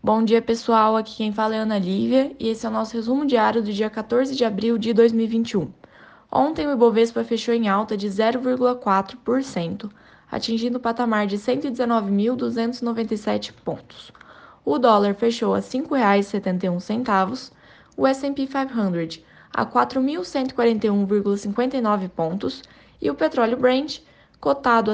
Bom dia, pessoal. Aqui quem fala é Ana Lívia e esse é o nosso resumo diário do dia 14 de abril de 2021. Ontem o Ibovespa fechou em alta de 0,4%, atingindo o patamar de 119.297 pontos. O dólar fechou a R$ 5,71, o S&P 500 a 4.141,59 pontos e o petróleo Brent cotado a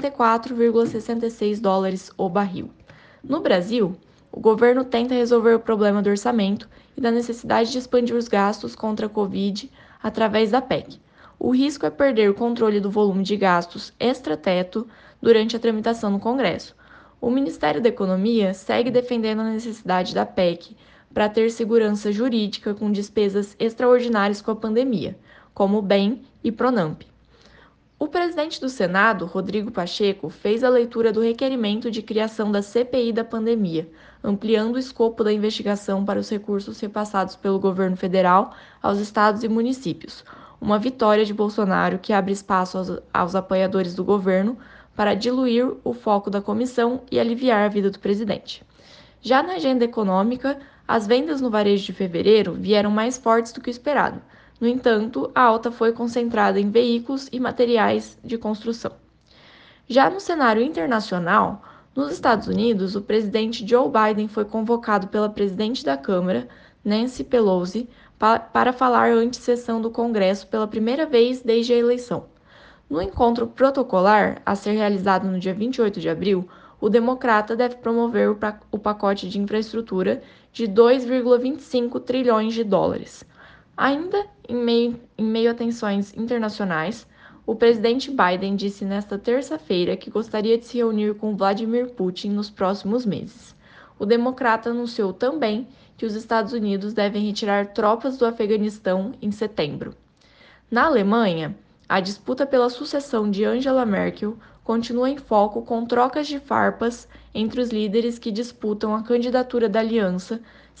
64,66 dólares o barril. No Brasil, o governo tenta resolver o problema do orçamento e da necessidade de expandir os gastos contra a Covid através da PEC. O risco é perder o controle do volume de gastos extrateto durante a tramitação no Congresso. O Ministério da Economia segue defendendo a necessidade da PEC para ter segurança jurídica com despesas extraordinárias com a pandemia, como o BEM e Pronamp. O presidente do Senado, Rodrigo Pacheco, fez a leitura do requerimento de criação da CPI da pandemia, ampliando o escopo da investigação para os recursos repassados pelo governo federal aos estados e municípios. Uma vitória de Bolsonaro que abre espaço aos apoiadores do governo para diluir o foco da comissão e aliviar a vida do presidente. Já na agenda econômica, as vendas no varejo de fevereiro vieram mais fortes do que o esperado. No entanto, a alta foi concentrada em veículos e materiais de construção. Já no cenário internacional, nos Estados Unidos, o presidente Joe Biden foi convocado pela presidente da Câmara, Nancy Pelosi, para falar antes sessão do Congresso pela primeira vez desde a eleição. No encontro protocolar, a ser realizado no dia 28 de abril, o democrata deve promover o pacote de infraestrutura de 2,25 trilhões de dólares. Ainda em meio a tensões internacionais, o presidente Biden disse nesta terça-feira que gostaria de se reunir com Vladimir Putin nos próximos meses. O democrata anunciou também que os Estados Unidos devem retirar tropas do Afeganistão em setembro. Na Alemanha, a disputa pela sucessão de Angela Merkel continua em foco com trocas de farpas entre os líderes que disputam a candidatura da aliança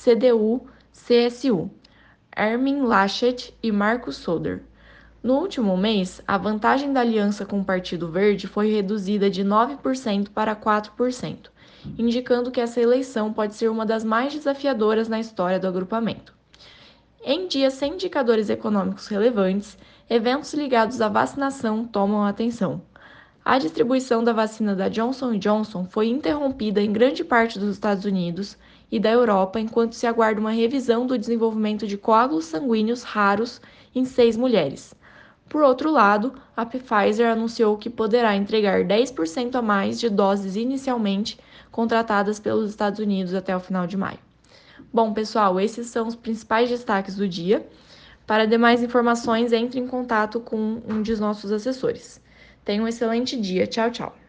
CDU-CSU, Armin Laschet e Markus Söder. No último mês, a vantagem da aliança com o Partido Verde foi reduzida de 9% para 4%, indicando que essa eleição pode ser uma das mais desafiadoras na história do agrupamento. Em dias sem indicadores econômicos relevantes, eventos ligados à vacinação tomam a atenção. A distribuição da vacina da Johnson & Johnson foi interrompida em grande parte dos Estados Unidos e da Europa enquanto se aguarda uma revisão do desenvolvimento de coágulos sanguíneos raros em 6 mulheres. Por outro lado, a Pfizer anunciou que poderá entregar 10% a mais de doses inicialmente contratadas pelos Estados Unidos até o final de maio. Bom, pessoal, esses são os principais destaques do dia. Para demais informações, entre em contato com um de nossos assessores. Tenha um excelente dia. Tchau, tchau.